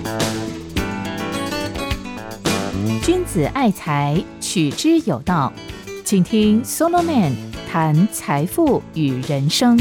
君子爱财，取之有道。请听 Solomon 谈财富与人生。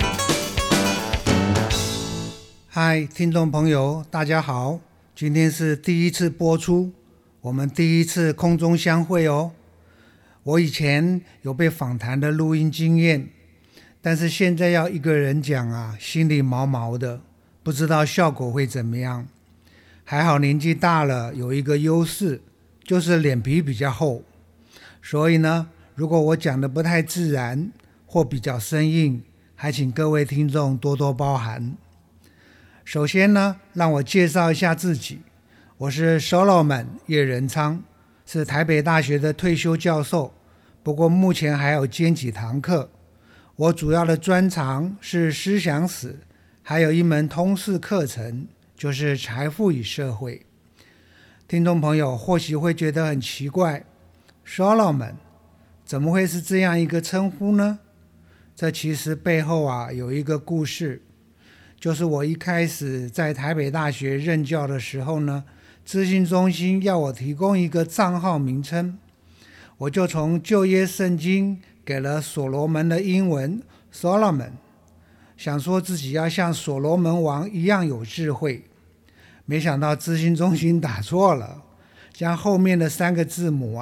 嗨，听众朋友，大家好，今天是第一次播出，我们第一次空中相会哦。我以前有被访谈的录音经验，但是现在要一个人讲啊，心里毛毛的，不知道效果会怎么样。还好年纪大了，有一个优势，就是脸皮比较厚。所以呢，如果我讲的不太自然或比较生硬，还请各位听众多多包涵。首先呢，让我介绍一下自己，我是 Solomon 叶仁昌，是台北大学的退休教授，不过目前还有兼几堂课。我主要的专长是思想史，还有一门通识课程，就是财富与社会。听众朋友或许会觉得很奇怪， Solomon 怎么会是这样一个称呼呢？这其实背后有一个故事，就是我一开始在台北大学任教的时候呢，资讯中心要我提供一个账号名称，我就从旧约圣经给了所罗门的英文 Solomon， 想说自己要像所罗门王一样有智慧。没想到资讯中心打错了，将后面的3个字母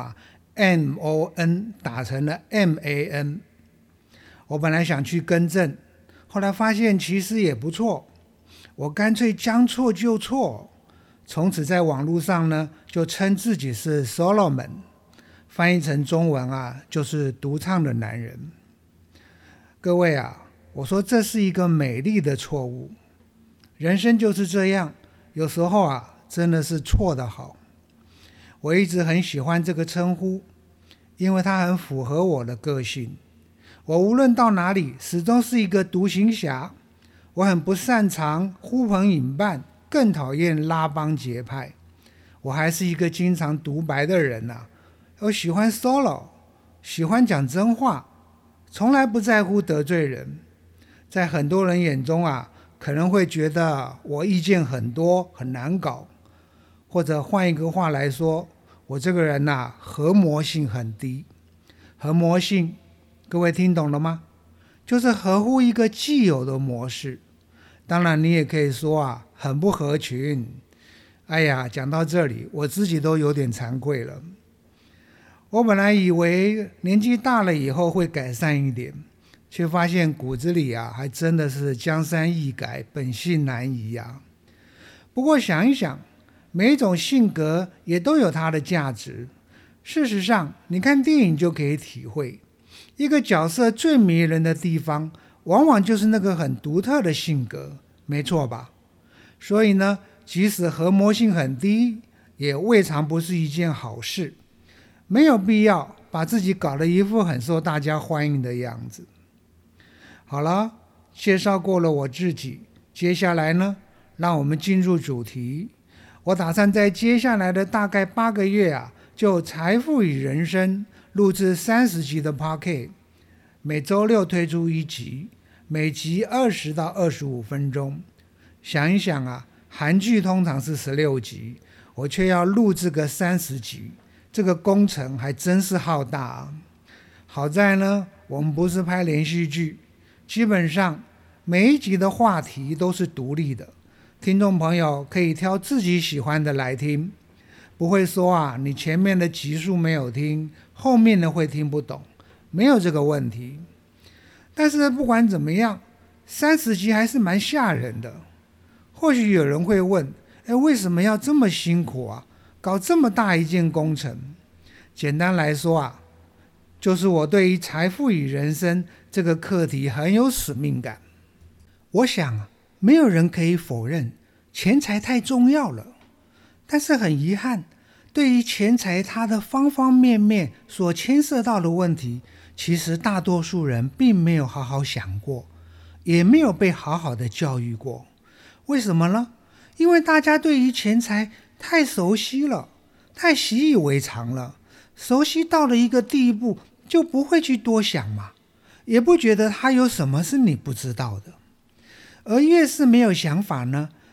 MON 打成了 MAN。 我本来想去更正，后来发现其实也不错，我干脆将错就错，从此在网络上呢就称自己是 Solomon， 翻译成中文就是独唱的男人。各位我说这是一个美丽的错误，人生就是这样，有时候真的是错得好。我一直很喜欢这个称呼，因为它很符合我的个性。我无论到哪里始终是一个独行侠，我很不擅长呼朋引伴，更讨厌拉帮结派。我还是一个经常独白的人我喜欢 solo， 喜欢讲真话，从来不在乎得罪人。在很多人眼中可能会觉得我意见很多，很难搞，或者换一个话来说，我这个人合模性很低。合模性各位听懂了吗？就是合乎一个既有的模式。当然你也可以说很不合群。讲到这里我自己都有点惭愧了。我本来以为年纪大了以后会改善一点，却发现骨子里还真的是江山易改，本性难移不过想一想，每一种性格也都有它的价值。事实上你看电影就可以体会，一个角色最迷人的地方往往就是那个很独特的性格，没错吧？所以呢，即使合模性很低，也未尝不是一件好事。没有必要把自己搞得一副很受大家欢迎的样子。好了，介绍过了我自己，接下来呢，让我们进入主题。我打算在接下来的大概8个月就财富与人生录制30集的 Podcast， 每周6推出1集，每集20到25分钟。想一想韩剧通常是16集，我却要录制个30集，这个工程还真是浩大好在呢，我们不是拍连续剧，基本上每一集的话题都是独立的，听众朋友可以挑自己喜欢的来听，不会说你前面的集数没有听，后面的会听不懂，没有这个问题。但是不管怎么样，30集还是蛮吓人的。或许有人会问，为什么要这么辛苦搞这么大一件工程？简单来说就是我对于财富与人生这个课题很有使命感。我想没有人可以否认钱财太重要了，但是很遗憾，对于钱财它的方方面面所牵涉到的问题，其实大多数人并没有好好想过，也没有被好好的教育过。为什么呢？因为大家对于钱财太熟悉了，太习以为常了，熟悉到了一个地步，就不会去多想嘛，也不觉得它有什么是你不知道的。而越是没有想法呢，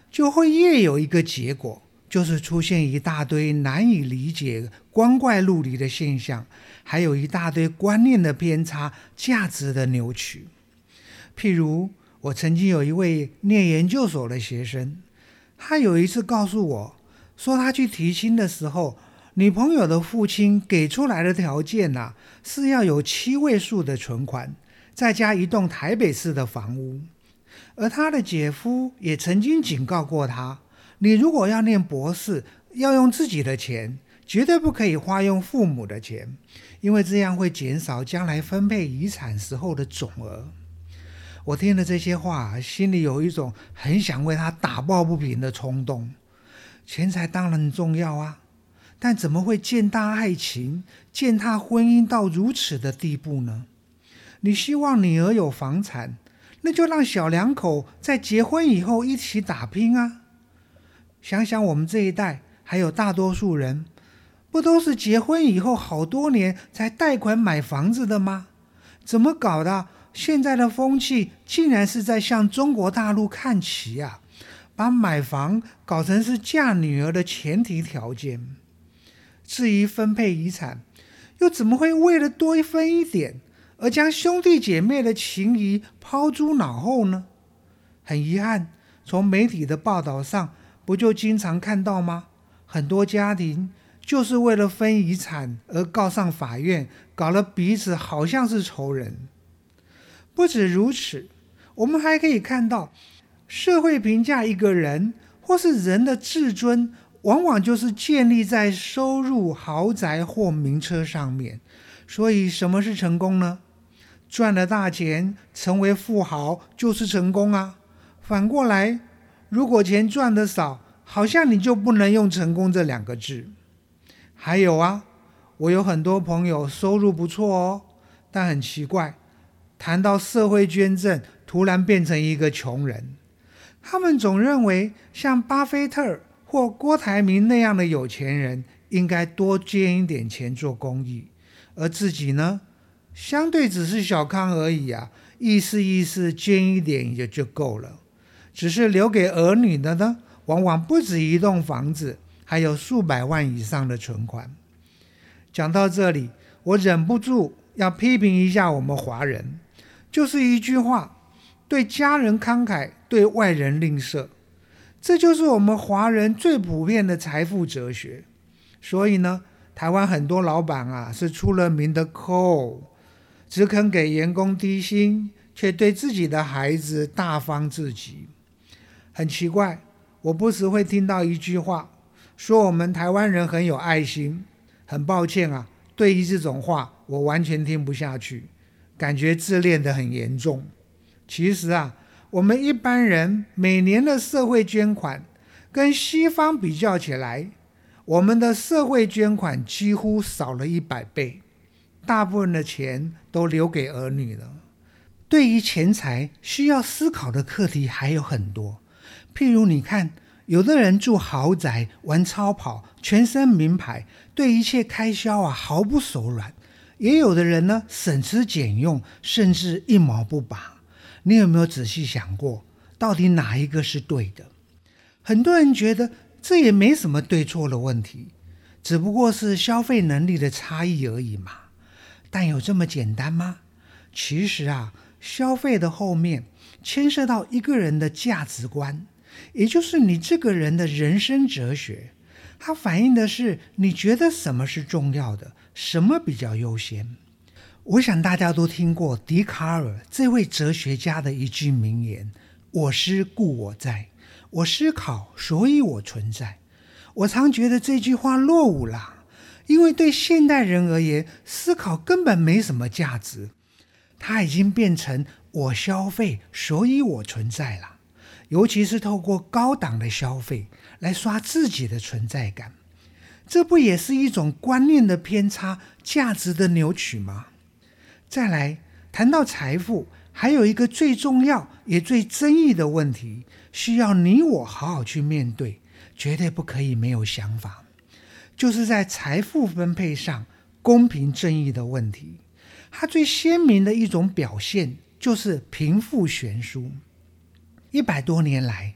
就会越有一个结果，就是出现一大堆难以理解、光怪陆离的现象，还有一大堆观念的偏差、价值的扭曲。譬如我曾经有一位念研究所的学生，他有一次告诉我说，他去提亲的时候，女朋友的父亲给出来的条件是要有7位数的存款，再加一栋台北市的房屋。而他的姐夫也曾经警告过他，你如果要念博士，要用自己的钱，绝对不可以花用父母的钱，因为这样会减少将来分配遗产时候的总额。我听了这些话，心里有一种很想为他打抱不平的冲动。钱财当然很重要啊，但怎么会践踏爱情、践踏婚姻到如此的地步呢？你希望女儿有房产，那就让小两口在结婚以后一起打拼啊！想想我们这一代，还有大多数人，不都是结婚以后好多年才贷款买房子的吗？怎么搞的？现在的风气竟然是在向中国大陆看齐啊！把买房搞成是嫁女儿的前提条件。至于分配遗产，又怎么会为了多分一点而将兄弟姐妹的情谊抛诸脑后呢？很遗憾，从媒体的报道上不就经常看到吗？很多家庭就是为了分遗产而告上法院，搞了彼此好像是仇人。不止如此，我们还可以看到，社会评价一个人或是人的自尊，往往就是建立在收入、豪宅或名车上面。所以什么是成功呢？赚了大钱，成为富豪就是成功啊。反过来，如果钱赚得少，好像你就不能用成功这2个字。还有啊，我有很多朋友收入不错哦，但很奇怪，谈到社会捐赠，突然变成一个穷人。他们总认为像巴菲特或郭台铭那样的有钱人应该多捐一点钱做公益，而自己呢，相对只是小康而已啊，意思捐一点也就够了。只是留给儿女的呢，往往不止一栋房子，还有数百万以上的存款。讲到这里，我忍不住要批评一下我们华人，就是一句话，对家人慷慨，对外人吝啬。这就是我们华人最普遍的财富哲学。所以呢，台湾很多老板是出了名的抠，只肯给员工低薪，却对自己的孩子大方至极。很奇怪，我不时会听到一句话，说我们台湾人很有爱心。很抱歉对于这种话，我完全听不下去，感觉自恋得很严重。其实我们一般人每年的社会捐款跟西方比较起来，我们的社会捐款几乎少了100倍，大部分的钱都留给儿女了。对于钱财需要思考的课题还有很多，譬如你看，有的人住豪宅、玩超跑、全身名牌，对一切开销毫不手软；也有的人呢，省吃俭用，甚至一毛不拔。你有没有仔细想过，到底哪一个是对的？很多人觉得这也没什么对错的问题，只不过是消费能力的差异而已嘛。但有这么简单吗？其实消费的后面牵涉到一个人的价值观，也就是你这个人的人生哲学。它反映的是你觉得什么是重要的，什么比较优先。我想大家都听过笛卡尔这位哲学家的一句名言：我思故我在，我思考所以我存在。我常觉得这句话落伍了，因为对现代人而言，思考根本没什么价值，它已经变成我消费所以我存在了。尤其是透过高档的消费来刷自己的存在感，这不也是一种观念的偏差、价值的扭曲吗？再来，谈到财富，还有一个最重要也最争议的问题，需要你我好好去面对，绝对不可以没有想法，就是在财富分配上公平正义的问题。它最鲜明的一种表现就是贫富悬殊。100多年来，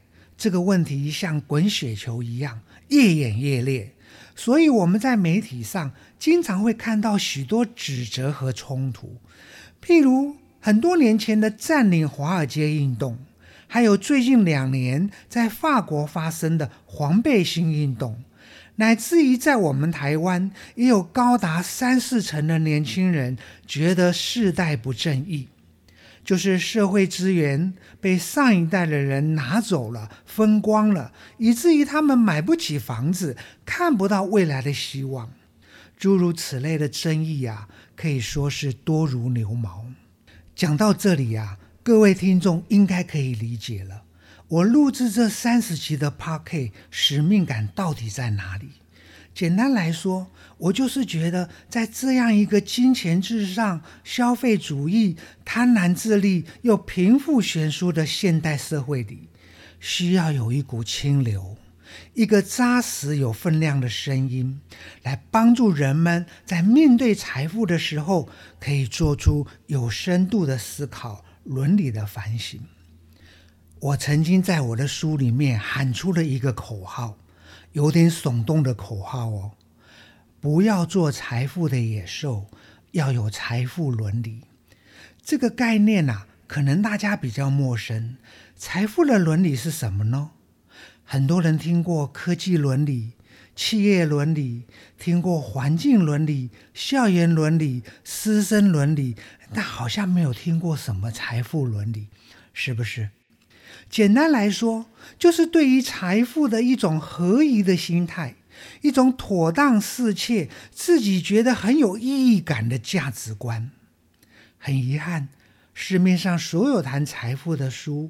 这个问题像滚雪球一样越演越烈，所以我们在媒体上经常会看到许多指责和冲突，譬如很多年前的占领华尔街运动，还有最近2年在法国发生的黄背心运动，乃至于在我们台湾也有高达3-4成的年轻人觉得世代不正义，就是社会资源被上一代的人拿走了，分光了，以至于他们买不起房子，看不到未来的希望。诸如此类的争议可以说是多如牛毛。讲到这里各位听众应该可以理解了，我录制这30集的 Podcast 使命感到底在哪里？简单来说，我就是觉得在这样一个金钱至上、消费主义、贪婪自利又贫富悬殊的现代社会里，需要有一股清流，一个扎实有分量的声音，来帮助人们在面对财富的时候，可以做出有深度的思考、伦理的反省。我曾经在我的书里面喊出了一个口号，有点耸动的口号哦，不要做财富的野兽，要有财富伦理。这个概念可能大家比较陌生。财富的伦理是什么呢？很多人听过科技伦理、企业伦理，听过环境伦理、校园伦理、师生伦理，但好像没有听过什么财富伦理，是不是？简单来说，就是对于财富的一种合宜的心态，一种妥当适切、自己觉得很有意义感的价值观。很遗憾，市面上所有谈财富的书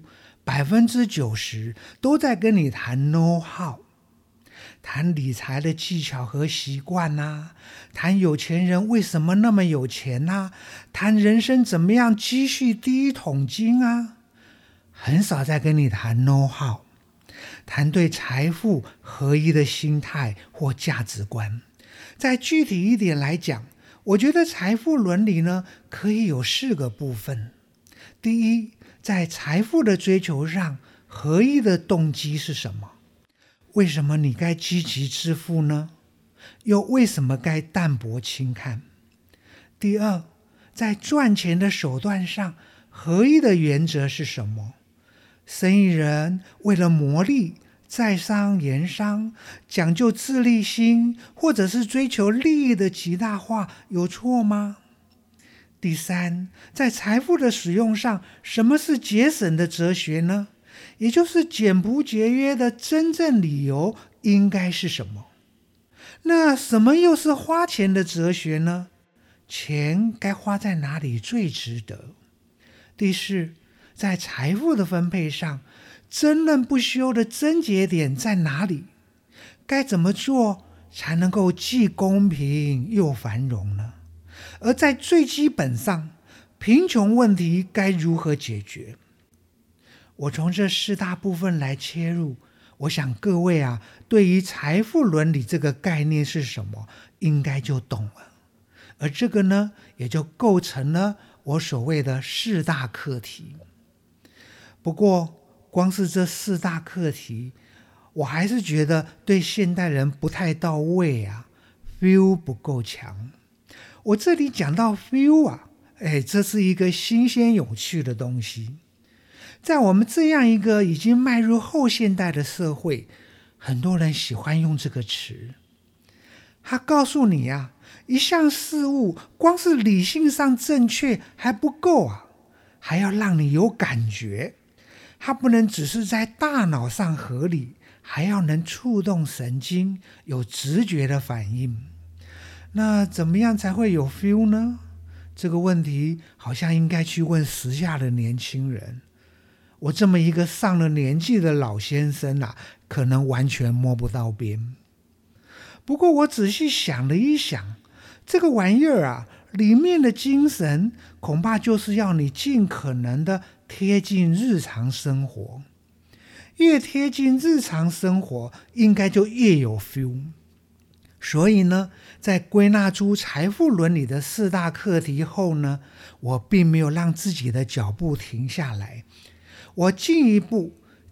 ，90%都在跟你谈 know how， 谈理财的技巧和习惯谈有钱人为什么那么有钱谈人生怎么样积蓄第一桶金很少在跟你谈 know how， 谈对财富合一的心态或价值观。再具体一点来讲，我觉得财富伦理呢，可以有4个部分。第一，在财富的追求上，合一的动机是什么？为什么你该积极致富呢？又为什么该淡泊轻看？第二，在赚钱的手段上，合一的原则是什么？生意人为了牟利，在商言商，讲究自利心，或者是追求利益的极大化，有错吗？第三，在财富的使用上，什么是节省的哲学呢？也就是简朴节约的真正理由应该是什么？那什么又是花钱的哲学呢？钱该花在哪里最值得？第四，在财富的分配上，争论不休的症结点在哪里？该怎么做才能够既公平又繁荣呢？而在最基本上，贫穷问题该如何解决？我从这4大部分来切入，我想各位对于财富伦理这个概念是什么，应该就懂了。而这个呢，也就构成了我所谓的4大课题。不过，光是这4大课题，我还是觉得对现代人不太到位feel 不够强。我这里讲到 feel 这是一个新鲜有趣的东西。在我们这样一个已经迈入后现代的社会，很多人喜欢用这个词。他告诉你一项事物光是理性上正确还不够还要让你有感觉。它不能只是在大脑上合理，还要能触动神经，有直觉的反应。那怎么样才会有 feel 呢？这个问题好像应该去问时下的年轻人。我这么一个上了年纪的老先生可能完全摸不到边。不过我仔细想了一想，这个玩意儿里面的精神恐怕就是要你尽可能的贴近日常生活，越贴近日常生活，应该就越有 feel。所以呢，在归纳出财富伦理的4大课题后呢，我并没有让自己的脚步停下来，我进一步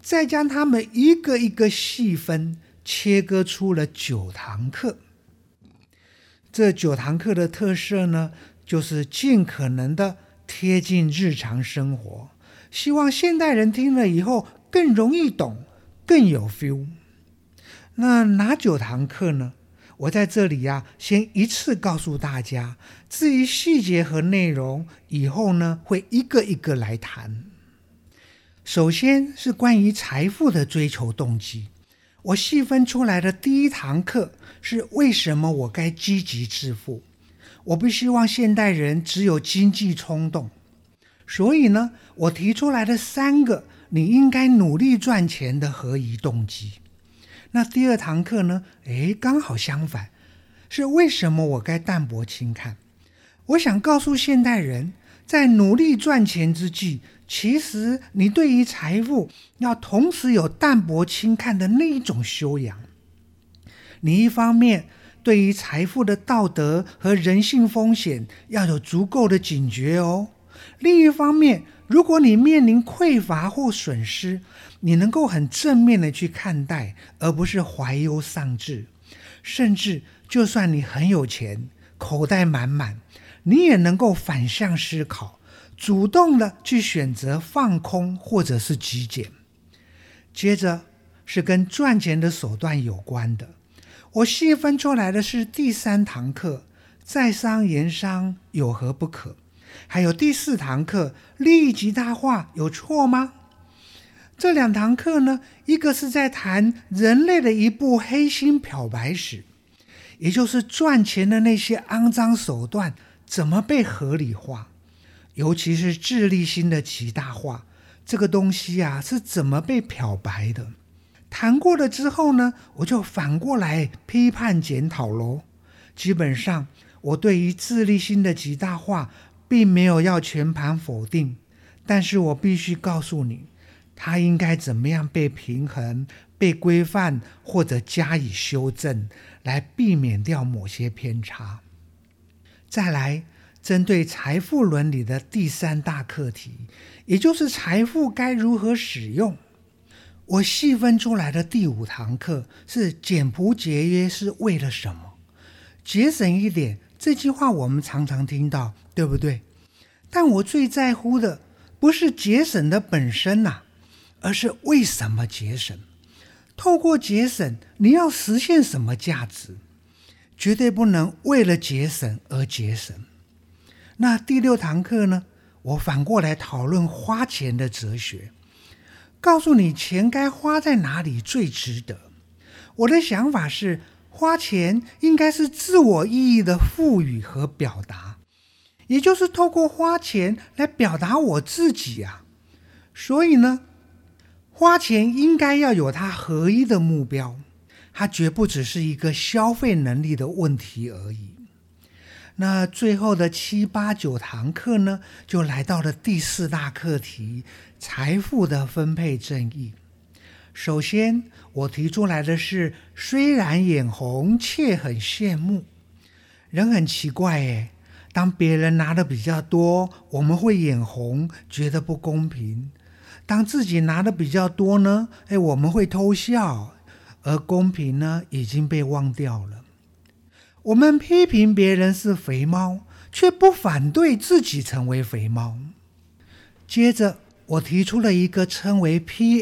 再将它们一个一个细分，切割出了9堂课。这9堂课的特色呢，就是尽可能的贴近日常生活，希望现代人听了以后更容易懂，更有 feel。那哪9堂课呢？我在这里先一次告诉大家，至于细节和内容，以后呢会一个一个来谈。首先是关于财富的追求动机，我细分出来的第1堂课是为什么我该积极致富。我不希望现代人只有经济冲动，所以呢，我提出来的3个你应该努力赚钱的合宜动机。那第2堂课呢，刚好相反，是为什么我该淡泊轻看。我想告诉现代人，在努力赚钱之际，其实你对于财富要同时有淡泊轻看的那一种修养。你一方面对于财富的道德和人性风险要有足够的警觉哦，另一方面，如果你面临匮乏或损失，你能够很正面的去看待，而不是怀忧丧志。甚至就算你很有钱，口袋满满，你也能够反向思考，主动的去选择放空或者是极简。接着是跟赚钱的手段有关的，我细分出来的是第3堂课，在商言商有何不可，还有第4堂课，利益极大化有错吗？这2堂课呢，一个是在谈人类的一部黑心漂白史，也就是赚钱的那些肮脏手段怎么被合理化，尤其是自利心的极大化，这个东西是怎么被漂白的。谈过了之后呢，我就反过来批判检讨咯。基本上我对于自利心的极大化并没有要全盘否定，但是我必须告诉你，它应该怎么样被平衡、被规范或者加以修正，来避免掉某些偏差。再来，针对财富伦理的第3大课题，也就是财富该如何使用，我细分出来的第5堂课是简朴节约是为了什么？节省一点，这句话我们常常听到，对不对？但我最在乎的不是节省的本身而是为什么节省。透过节省，你要实现什么价值？绝对不能为了节省而节省。那第6堂课呢，我反过来讨论花钱的哲学，告诉你钱该花在哪里最值得。我的想法是，花钱应该是自我意义的赋予和表达，也就是透过花钱来表达我自己所以呢，花钱应该要有它合一的目标，它绝不只是一个消费能力的问题而已。那最后的7、8、9堂课呢，就来到了第4大课题，财富的分配正义。首先我提出来的是，虽然眼红，却很羡慕。人很奇怪当别人拿的比较多，我们会眼红，觉得不公平；当自己拿的比较多呢，我们会偷笑，而公平呢，已经被忘掉了。我们批评别人是肥猫，却不反对自己成为肥猫。接着我提出了一个称为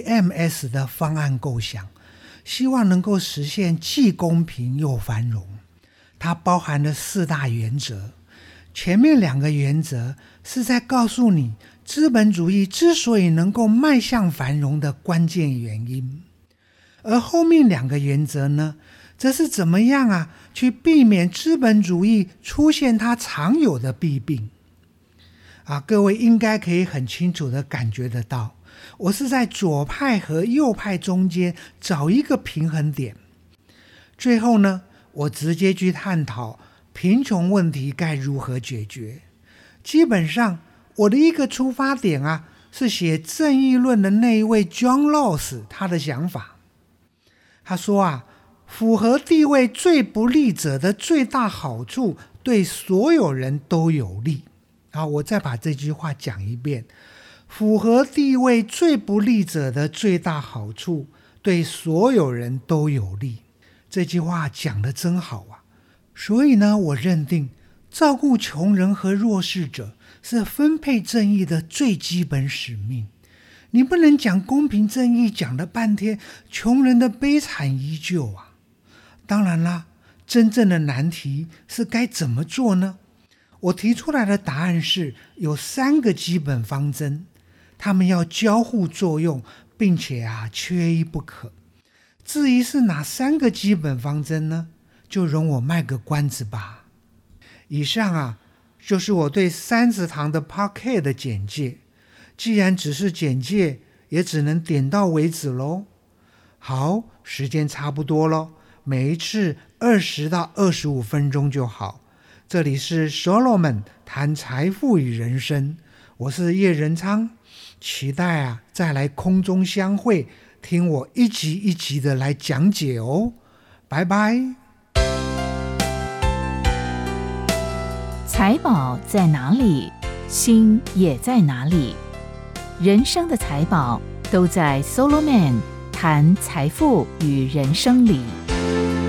PMS 的方案构想，希望能够实现既公平又繁荣。它包含了4大原则，前面2个原则是在告诉你资本主义之所以能够迈向繁荣的关键原因，而后面2个原则呢，则是怎么样去避免资本主义出现它常有的弊病。各位应该可以很清楚的感觉得到，我是在左派和右派中间找一个平衡点。最后呢，我直接去探讨贫穷问题该如何解决。基本上我的一个出发点是写《正义论》的那一位 John Rawls 他的想法。他说符合地位最不利者的最大好处对所有人都有利。我再把这句话讲一遍， 符合地位最不利者的最大好处，对所有人都有利。这句话讲得真好啊！所以呢，我认定照顾穷人和弱势者是分配正义的最基本使命。你不能讲公平正义讲了半天，穷人的悲惨依旧啊！当然啦，真正的难题是该怎么做呢？我提出来的答案是有3个基本方针，它们要交互作用，并且缺一不可。至于是哪3个基本方针呢？就容我卖个关子吧。以上就是我对30堂的 Podcast 的简介。既然只是简介，也只能点到为止咯。好，时间差不多咯，每一次20到25分钟就好。这里是 Solomon 谈财富与人生，我是叶仁昌，期待再来空中相会，听我一集一集的来讲解哦。拜拜。 财宝在哪里，心也在哪里。人生的财宝都在 Solomon 谈财富与人生里。